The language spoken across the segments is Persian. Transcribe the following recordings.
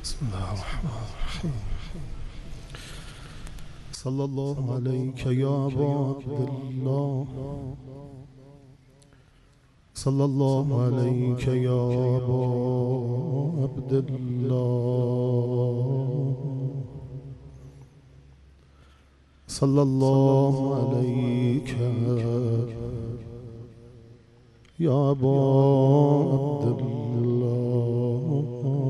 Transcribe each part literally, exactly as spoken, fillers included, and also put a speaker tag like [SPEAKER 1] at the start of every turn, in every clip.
[SPEAKER 1] بسم الله الرحمن الرحيم. صلى الله عليك يا أبا عبد الله، صلى الله عليك يا أبا عبد الله، صلى الله عليك يا أبا عبد الله،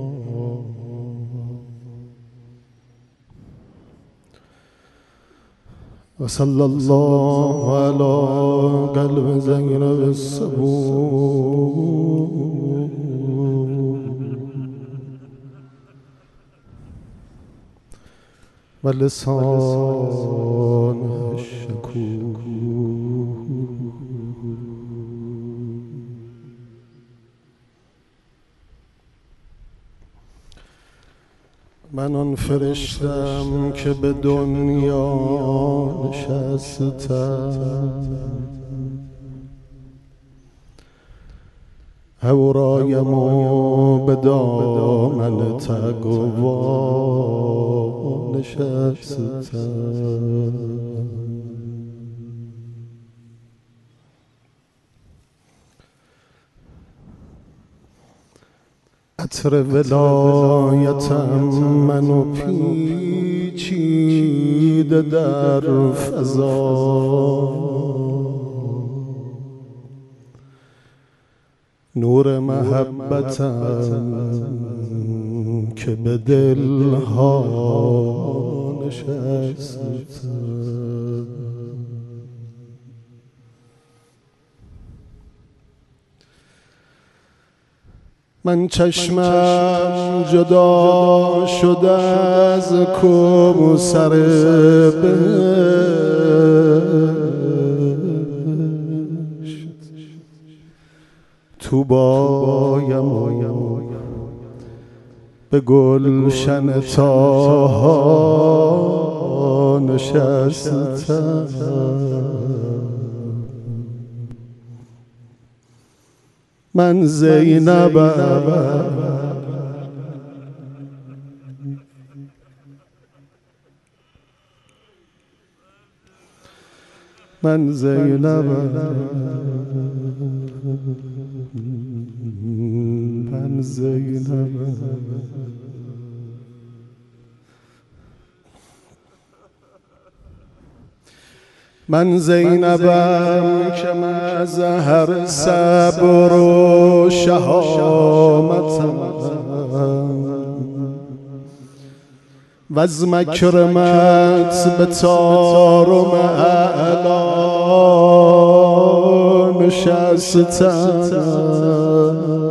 [SPEAKER 1] وصلى الله على قلب زينب الصبور ولسان الشكور. من آن فرشتم که به دنیا نشستم، هورایم و به دامن تقوا نشستم. عطر ولایتم منو پیچیده در فضا، نور محبتم که به دلها نشستم. من چشمم جدا شده از کوثر بهشت، طوبایم و به گلشن طاها نشستم. من زینبم، من زینبم، من زینبم. من زینبم که مظهر صبر و شهامتم، و از مکرمت به طارم اعلا نشستم.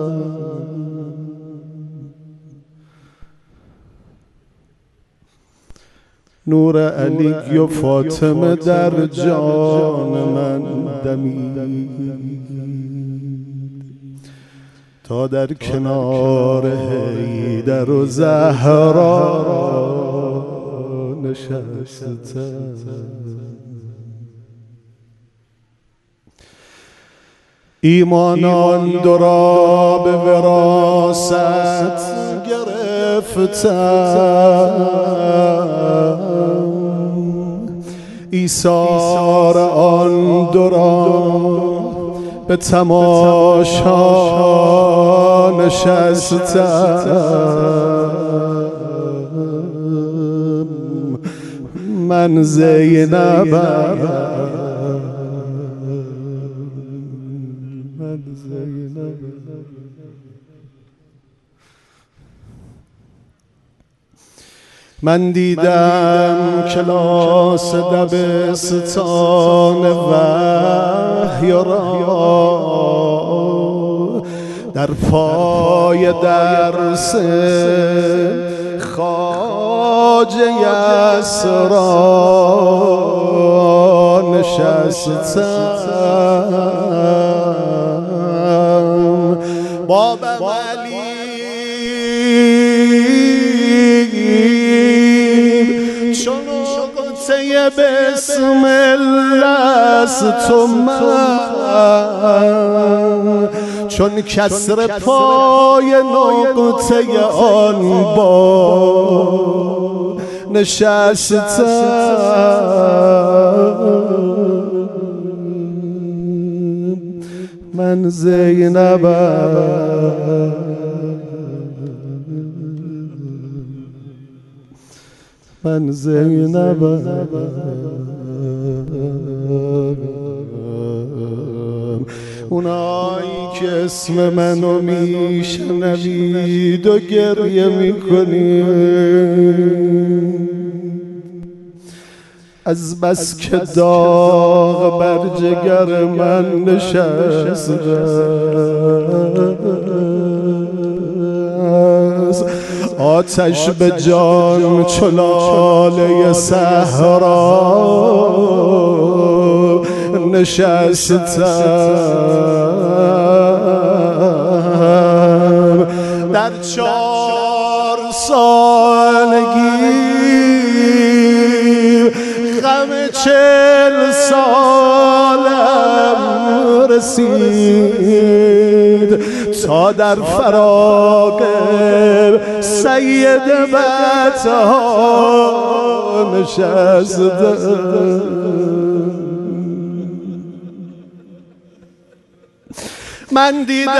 [SPEAKER 1] نور علی و فاطمه در جان من دمید، تا در کنار حیدر و زهرا نشستم. ایمانان دو را به وراثت گرفتم، ایثار آن دو را به تماشا نشستم. من زینبم، من زینبم. من دیدم کلاس دبستان وحی را در پای درس خواجه یسرا نشستم. بابم علی چون قطعه بسم الله است تو من، چون کسر پای نقطه آن با نشستم من زینبم من زینبم اونایی که اسم منو میشنوید و گریه میکنید از بس که داغ بر جگر من نشسته آتش به جان چو لاله صحرا نشستم در چار سالگی غم چل سالم رسید تا در فراق سید بطها نشستم من دیدم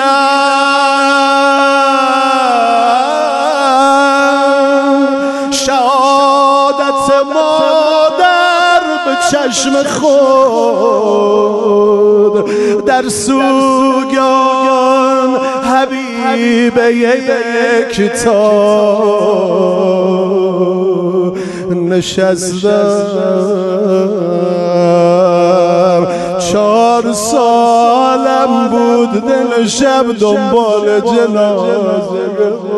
[SPEAKER 1] شهادت مادر به چشم خود در سوگان حبیب یکتا نشستم چهار سالم بود دل شب دنبال جنازه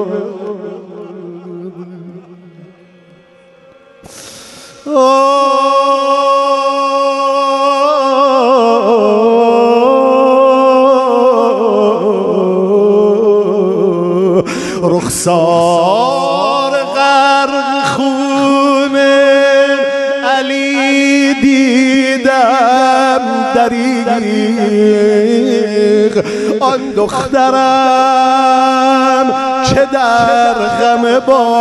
[SPEAKER 1] رخسار غرق خون علی دیدم دریغ آن دخترم که در غم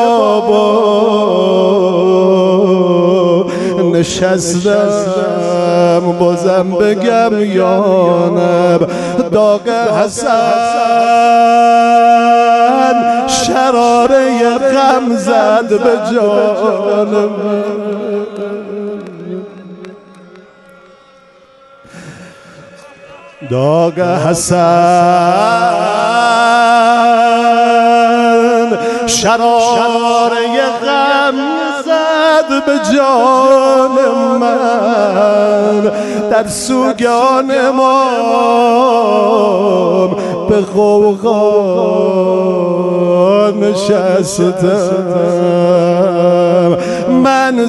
[SPEAKER 1] بابا نشستم بازم بگم یانم داغ حسن شراره غم زد به جانم داغ حسن شراره غم زد به جان من در سوگان امام به غوغا نشستم من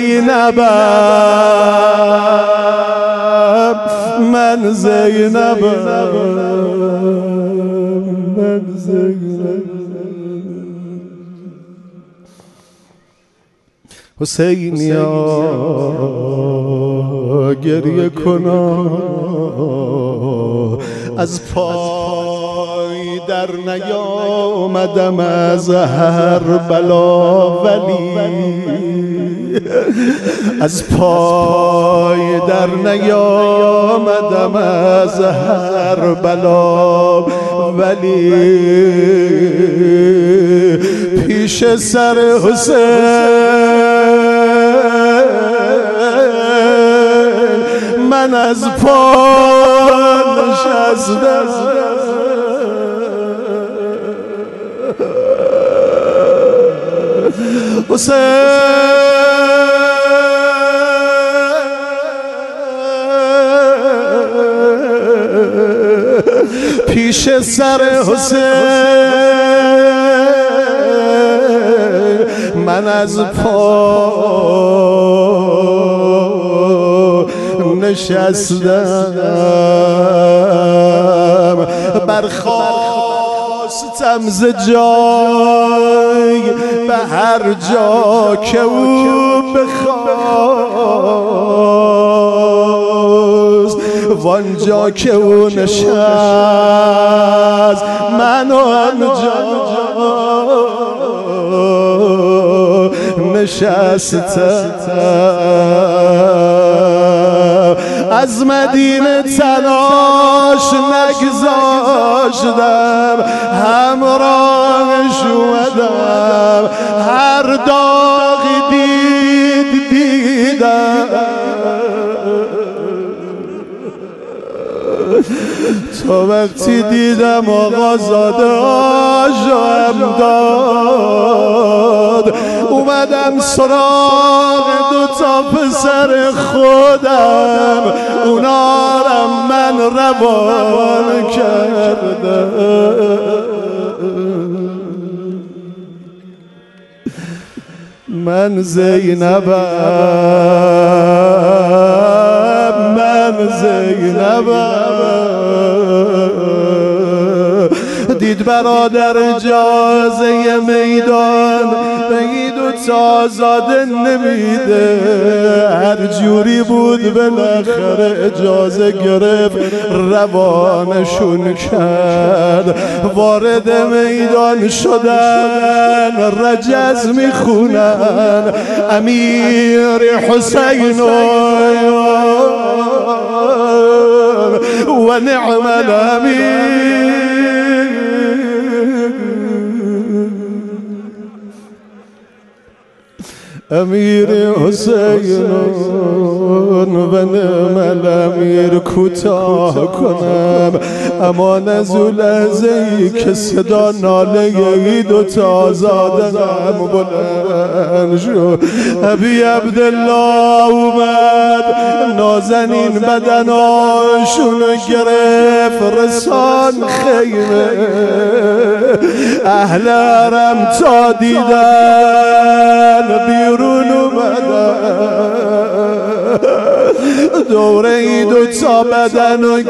[SPEAKER 1] زینبم من زینبم من زینبم حسینیا گریه کنا از پای در نیامدم از هر بلا ولی از پای در نیامدم از هر بلا ولی پیش سر حسین من از پا نشستم حسین پیش سر حسین من از پا نشستم برخواستم ز جای به هر جا که او بخواست وانجا که او نشست از من و آنجا نشستم، از مدینه تلاش نگذاشتم، همراهش اومدم، هر داغی دید دیدم. تا وقتی دیدم آقازاده آشم داد، اومدم سراغ دو تا پسر خودم، اونارم من روان کردم. من زینبم، من زینبم. دید برادر اجازه میدان بگید و تا آزاده نمیده، هر جوری بود بالاخره اجازه گرفت، روانشون کرد. وارد میدان شدن، رجز میخونن امیر حسین و نعم الامیر. امیر حسین و نعم الامیر کوتاه کنم، اما نزو لحظه ای که صدا ناله ای دو تا آزادنم بلند شد. ابی عبدالله اومد، نازنین بدناشون گرفت، رسان خیمه. اهل حرم تا دیدن بیرون اومدن، دوره ای دو تا بدن رو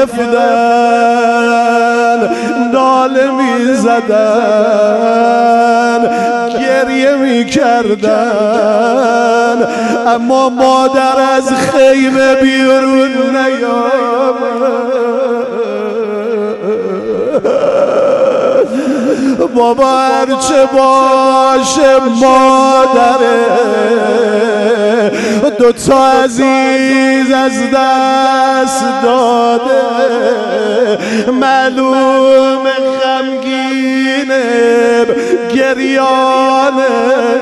[SPEAKER 1] گرفتن، ناله می زدن، گریه می کردن، اما مادر از خیمه بیرون نیامد. بابا هرچه باشه مادره، دوتا عزیز از دست داده، معلوم غمگینه گریانه،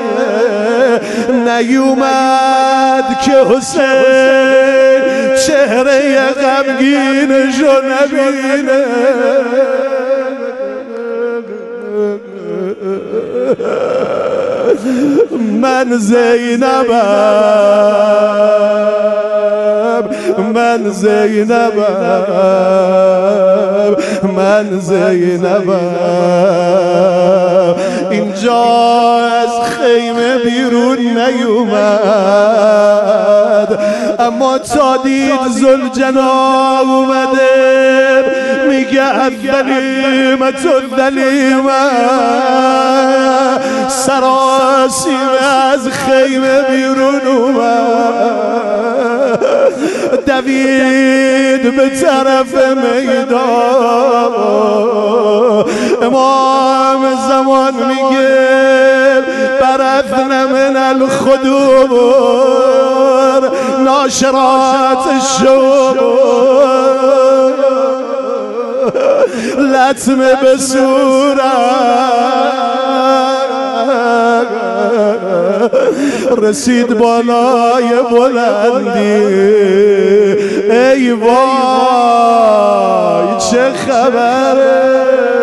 [SPEAKER 1] نیومد که حسین چهره غمگینشو نبینه. من زینبم، من زینبم، من زینبم. اینجا از خیمه بیرون نیومد، اما تا دید ذوالجلال اومده، میگه الظلیمة الظلیمة، سراسیمه از خیمه بیرون اومد، دوید به طرف میدان. امام زمان میگه برثن من الخدور ناشرات الشور، لطمه به صورت، رسید بالای بلندی. ای وای چه خبره،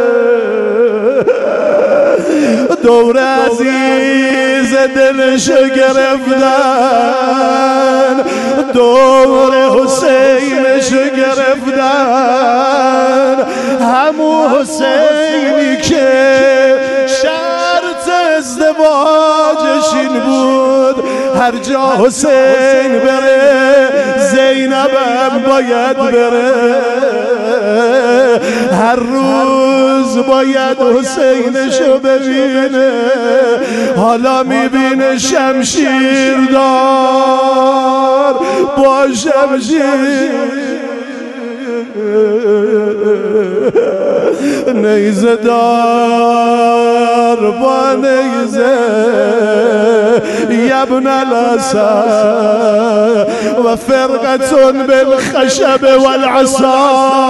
[SPEAKER 1] دور عزیز دلشو گرفتن، دور حسینشو گرفتن، همون حسینی که شرط ازدواجش این بود هر جا حسین بره زینبم باید بره، هر روز باید حسینشو ببینه. حالا میبینه شمشیردار با شمشیر نیزه دار با نیزه یبن الاسد و فرقة بالخشب والعصا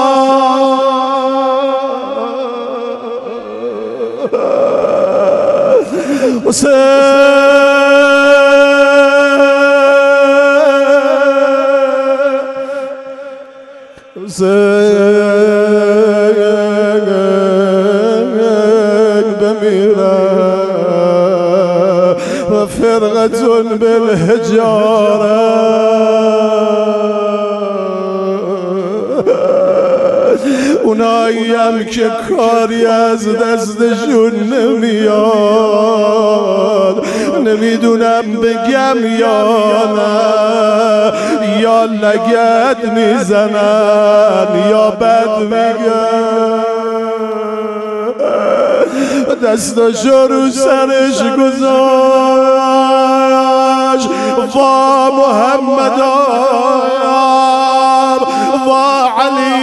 [SPEAKER 1] فرقة بالحجارة اوناییم که کاری از دستشون نمیاد نمیدونم بگم یا نه یا لگد میزنن یا بد میگن دستاشو رو سرش گذاشت وا محمد وا علی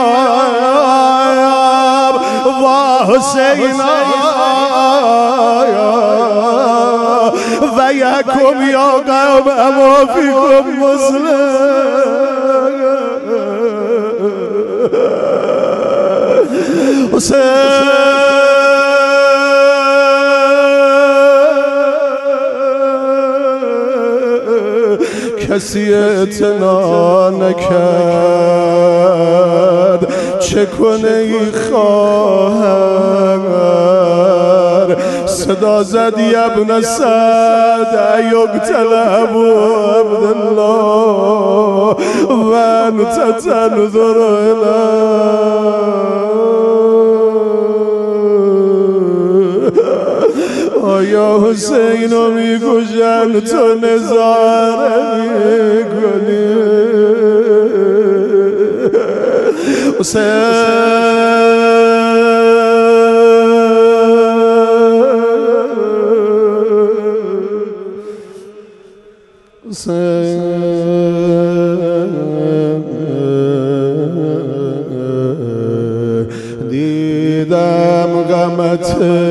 [SPEAKER 1] وا حسین و یکم یا قوم اما فیکم مسلم حسین کسی اعتنا نکرد چه کنه ای خواهر صدا زد ابن سعد یقتل ابو عبدالله و انت تنظر الیه آیا حسینو میکشن تو نظاره میکنی دیدم غمت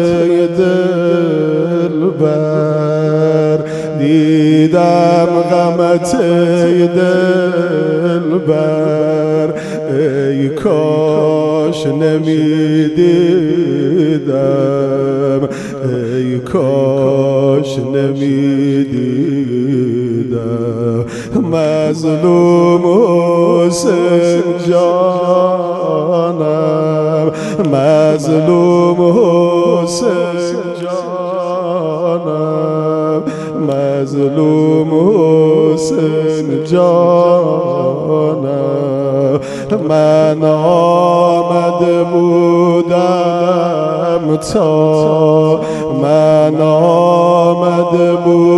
[SPEAKER 1] دلبر دیدم غمت دلبر ای کاش نمیدیدم ای کاش نمیدیدم مظلوم حسین جانم مظلوم حسین جانم مظلوم حسین جانم من آمده بودم تا من آمده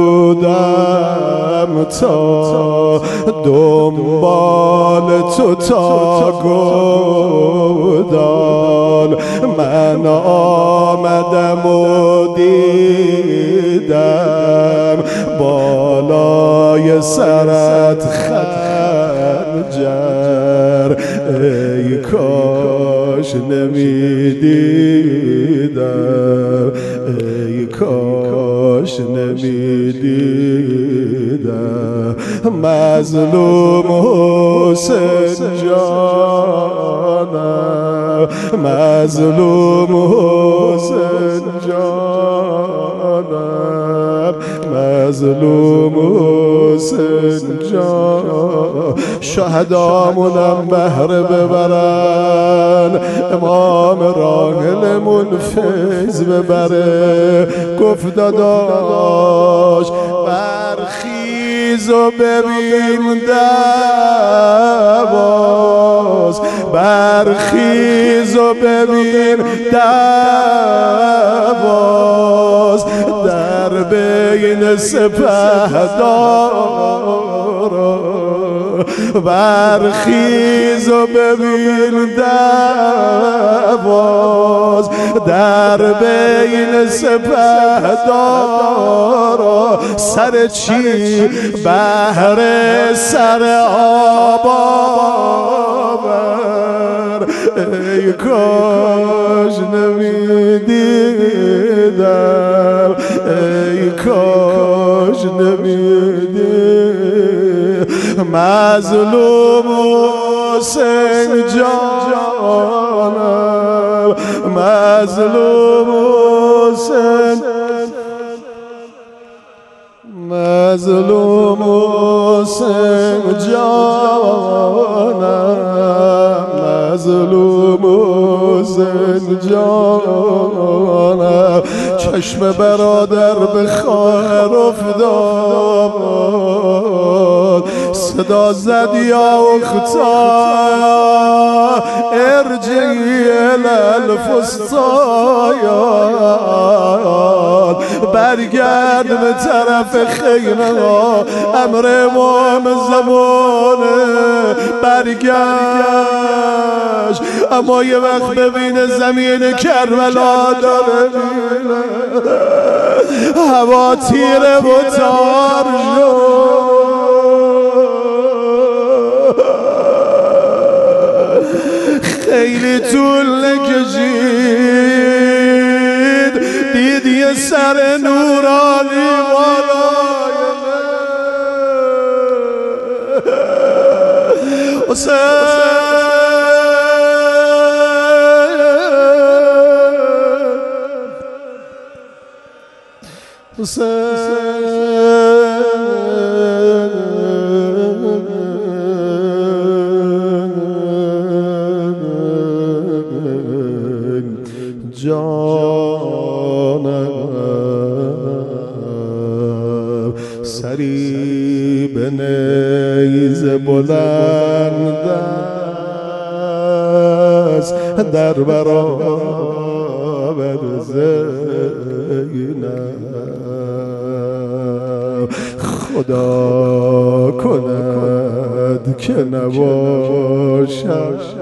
[SPEAKER 1] بودم تا دنبال تو تا گودال من آمدم و دیدم بالای سرت خنجر ای کاش نمیدیدم ای کاش نمیدیدم مظلوم حسین جانم مظلوم حسین جانم مظلوم حسین جان شهدامونم بهره ببرن امام راحلمون فیض ببره گفت داداش برخیز و ببین دواز برخیز و ببین دواز در بین سپهدارا برخیز و ببین دواز در بین سپهدارا سر چی بهر سر آبا ای کاش نمیدیدم ای کاش نمیدیدم مظلوم حسین جانم مظلوم حسین مظلوم حسین جانم مظلوم حسین جانم چشم برادر به خواهر افتاد صدا زد یا اختا ارجعی الالفستایان برگرد به طرف خیمه ها امر امام زمانه برگشت اما یه وقت ببینه زمین کربلا داره میره هوا تیره و تار شد خیلی طول نکشید دید یه سر نورانی بالای حسین حسین جانم سری به نیز بلند است در برابر زینب خدا کند که نباشد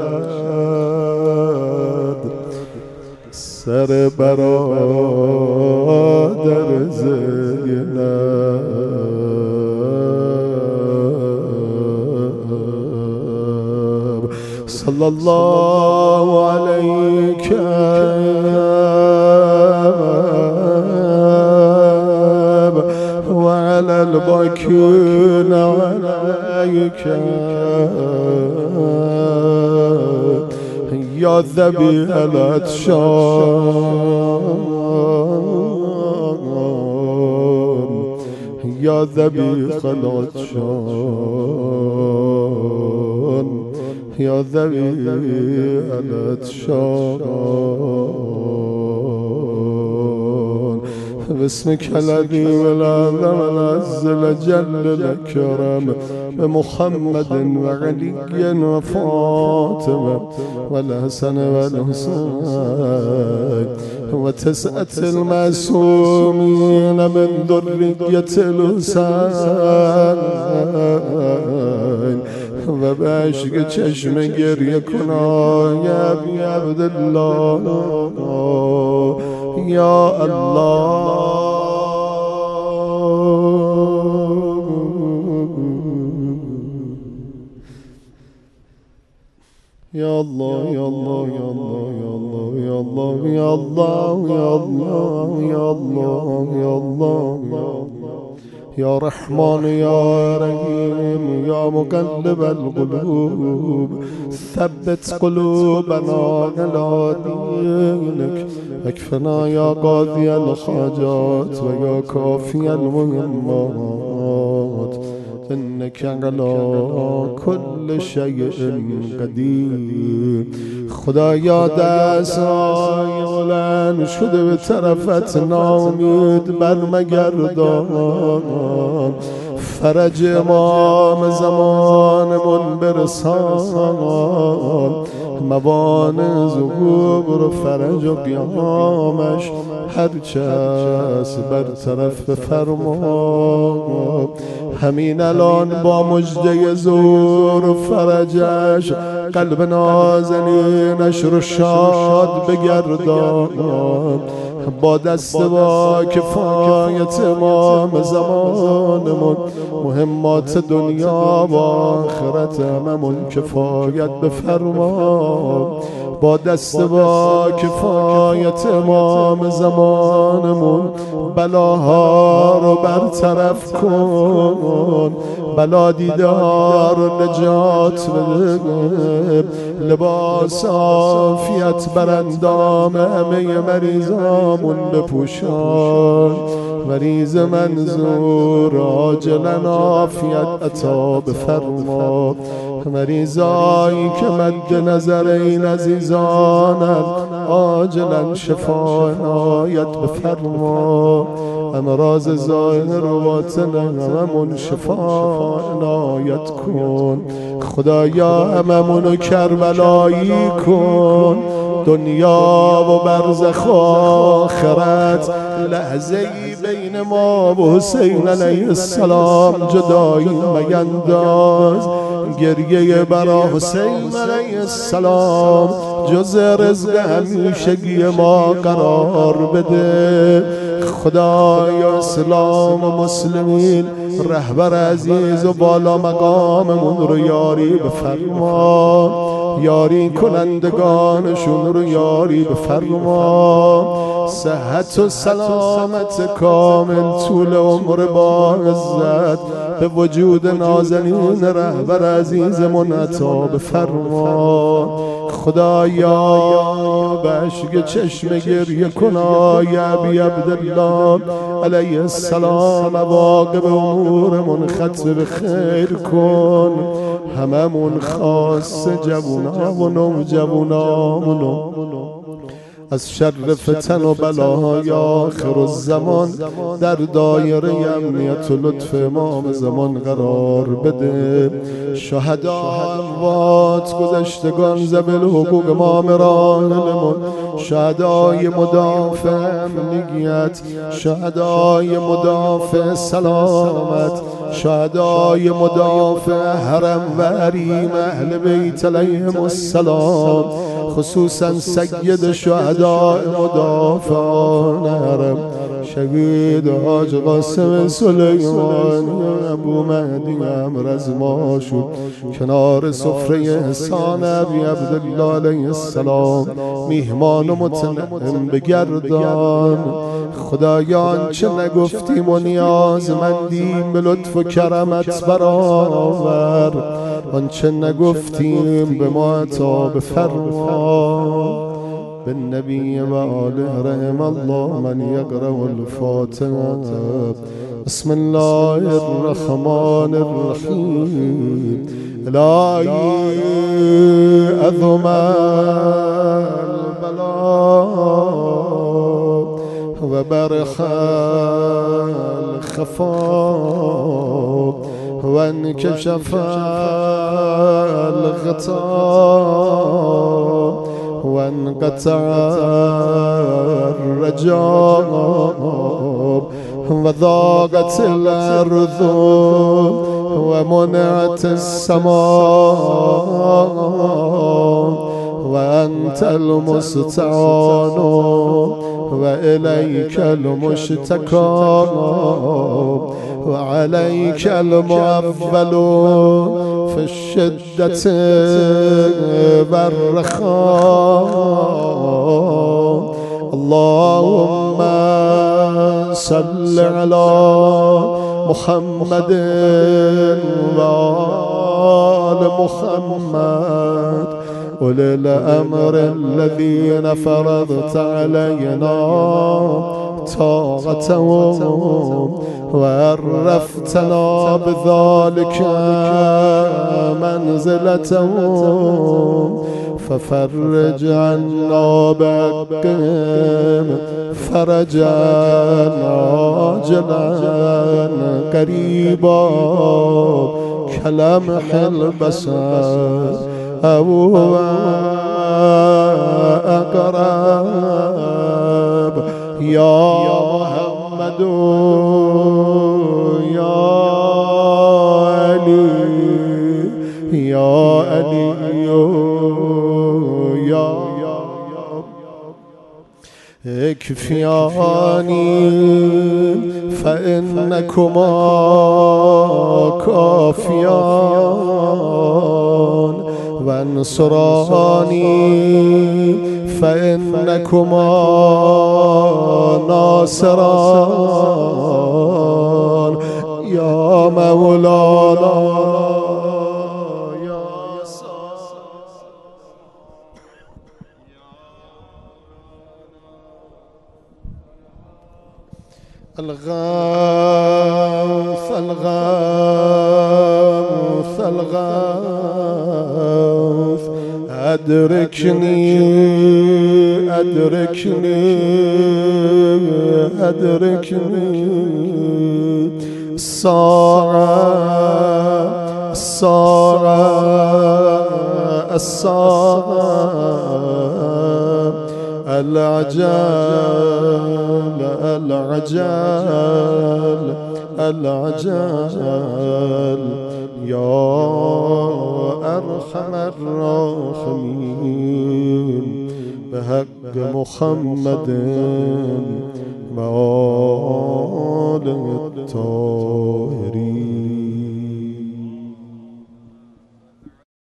[SPEAKER 1] سر برادر زینب صلی الله علیک وعلى الباكين عليك يا ذبيح العطشان يا ذبيح العطشان يا ذبيح العطشان باسمك العظيم الأعظم العز الجل الأكرم بمحمد وعلي وفاطمة والحسن والحسين وتسعة المعصومين من ذرية الحسين و به عشق چشم گریه کنای یا عبدالله یا الله یا الله یا الله یا الله یا الله یا الله یا الله یا الله یا الله یا رحمان یا رحیم یا مقلب القلوب ثبت قلوبنا على دينك اكفنا یا قاضی الحاجات و یا کافی المهمات انك على كل شيء قدیر خدایا دستای بلند شده به طرفت ناامید برمگردان فرج امام زمانمون برسان موانع ظهور فرج و قیامش هرچه است برطرف بفرما همین الان با مژده ظهور فرجش قلب نازنینش رو شاد بگردان با دست با کفایت امام زمانمون مهمات دنیا و آخرت هممون کفایت بفرما با دست با کفایت امام زمانمون بلاها رو برطرف کن، بلا دیدار و نجات بده، لباس عافیت بر اندام همه مریضامون بپوشان، مریض منظور عاجلا عافیت عطا بفرما، مریضایی که مد نظر این عزیزانند عاجلا شفا عنایت بفرما، امراض ظاهر و باطن هممون شفا عنایت کن، خدایا هممونو کربلایی کن، دنیا و برزخ و آخرت لحظه ای بین ما و حسین علیه السلام جدایی مینداز، گریه برا حسین علیه السلام جز رزق همیشگی ما قرار بده، خدایا اسلام و مسلمین رهبر عزیز و بالا مقاممون رو یاری بفرما، یاری کنندگانشون رو یاری بفرما، صحت و سلامت کامل، طول عمر با عزت به وجود نازنین رهبر عزیزمون عطا بفرما، خدایا باشگ چشم گریه کنا یا ابی عبدالله علیه السلام عواقب امورمون ختم به خیر کن، هممون خاص جوونا و نوجوانامونو از شر فتن و بلاهای آخر الزمان در دایره امنیت و لطف امام زمان قرار بده، شهدا اموات گذشتگان ذوی حقوق مامرانمون، شهدای مدافع امنیت، شهدای مدافع سلامت، شهدای مدافع حرم و حریم اهل بیت علیهم السلام، خصوصا سید شهداء مدافعان حرم شهید حاج قاسم سلیمانی ابو مهدی امر از ما شد، کنار سفره احسان ابی عبدالله علیه السلام میهمان و متنعم بگردان، خدایا آنچه نگفتیم و نیازمندیم به لطف و کرمت برآور، آنچه نگفتیم به ما عطا بفرما، بالنبي وآله رحم الله من يقرأ الفاتحة. بسم الله الرحمن الرحيم. إلهي أذم البلاء وبرح الخفاء وانكشف الغطاء وانقطع الرجاء وضاقت الأرض ومنعت السماء وأنت المستعان وإليك المشتكى وعليك المؤول في الشدة والرخاء. اللهم صل على محمد وآل محمد أولي الأمر الذين فرضت علينا طاعتهم وعرفتنا بذلك منزلتهم، ففرج عنا بحقهم فرجا عاجلا قريبا كلمح البصر أو أقرب. يا محمد يا علي يا علي يا اكفياني فإنكما كافيان وانصراني فإنكما ناصران يا مولانا يا الغاث الغاث الغاث أدركني أدركني أدركني الساعة الساعة الساعة العجل العجل العجل يا أرحم الراحمين بحق محمد وآل الطاهرين.